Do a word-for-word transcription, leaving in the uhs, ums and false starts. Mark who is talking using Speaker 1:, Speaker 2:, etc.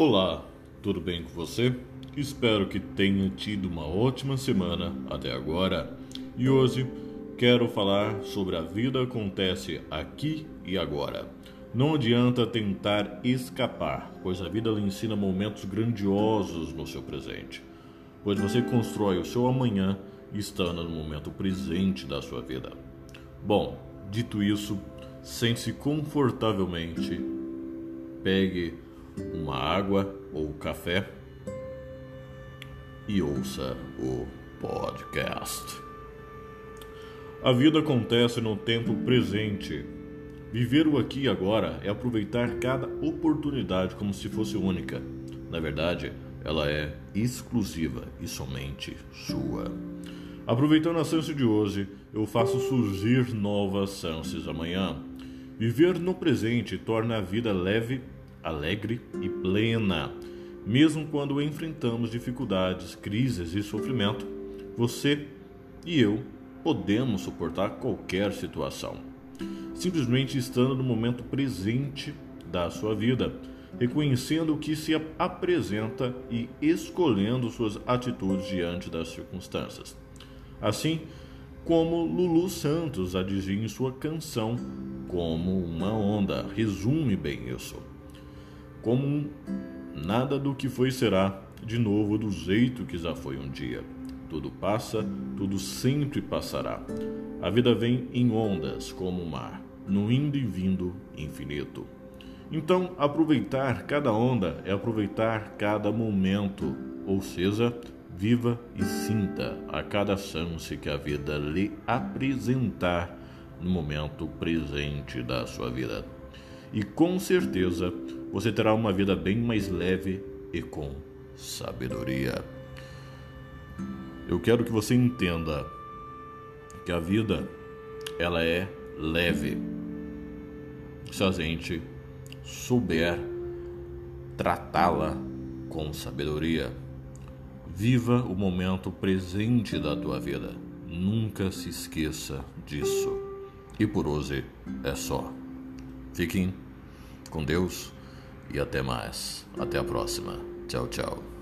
Speaker 1: Olá, tudo bem com você? Espero que tenha tido uma ótima semana até agora. E hoje quero falar sobre a vida acontece aqui e agora. Não adianta tentar escapar, pois a vida lhe ensina momentos grandiosos no seu presente. Pois você constrói o seu amanhã estando no momento presente da sua vida. Bom, dito isso, sente-se confortavelmente, pegue uma água ou café e ouça o podcast. A vida acontece no tempo presente. Viver o aqui e agora é aproveitar cada oportunidade como se fosse única. Na verdade, ela é exclusiva e somente sua. Aproveitando a chance de hoje, eu faço surgir novas chances amanhã. Viver no presente torna a vida leve, alegre e plena. Mesmo quando enfrentamos dificuldades, crises e sofrimento, você e eu podemos suportar qualquer situação. Simplesmente estando no momento presente da sua vida, reconhecendo o que se apresenta e escolhendo suas atitudes diante das circunstâncias. Assim como Lulu Santos a dizia em sua canção, como uma onda, resume bem isso. Como um, nada do que foi será de novo do jeito que já foi um dia. Tudo passa, tudo sempre passará. A vida vem em ondas como o mar, no indo e vindo infinito. Então, aproveitar cada onda é aproveitar cada momento, ou seja, viva e sinta a cada chance que a vida lhe apresentar no momento presente da sua vida. E com certeza você terá uma vida bem mais leve e com sabedoria. Eu quero que você entenda que a vida ela é leve se a gente souber tratá-la com sabedoria. Viva o momento presente da tua vida. Nunca se esqueça disso. E por hoje é só. Fiquem com Deus e até mais. Até a próxima. Tchau, tchau.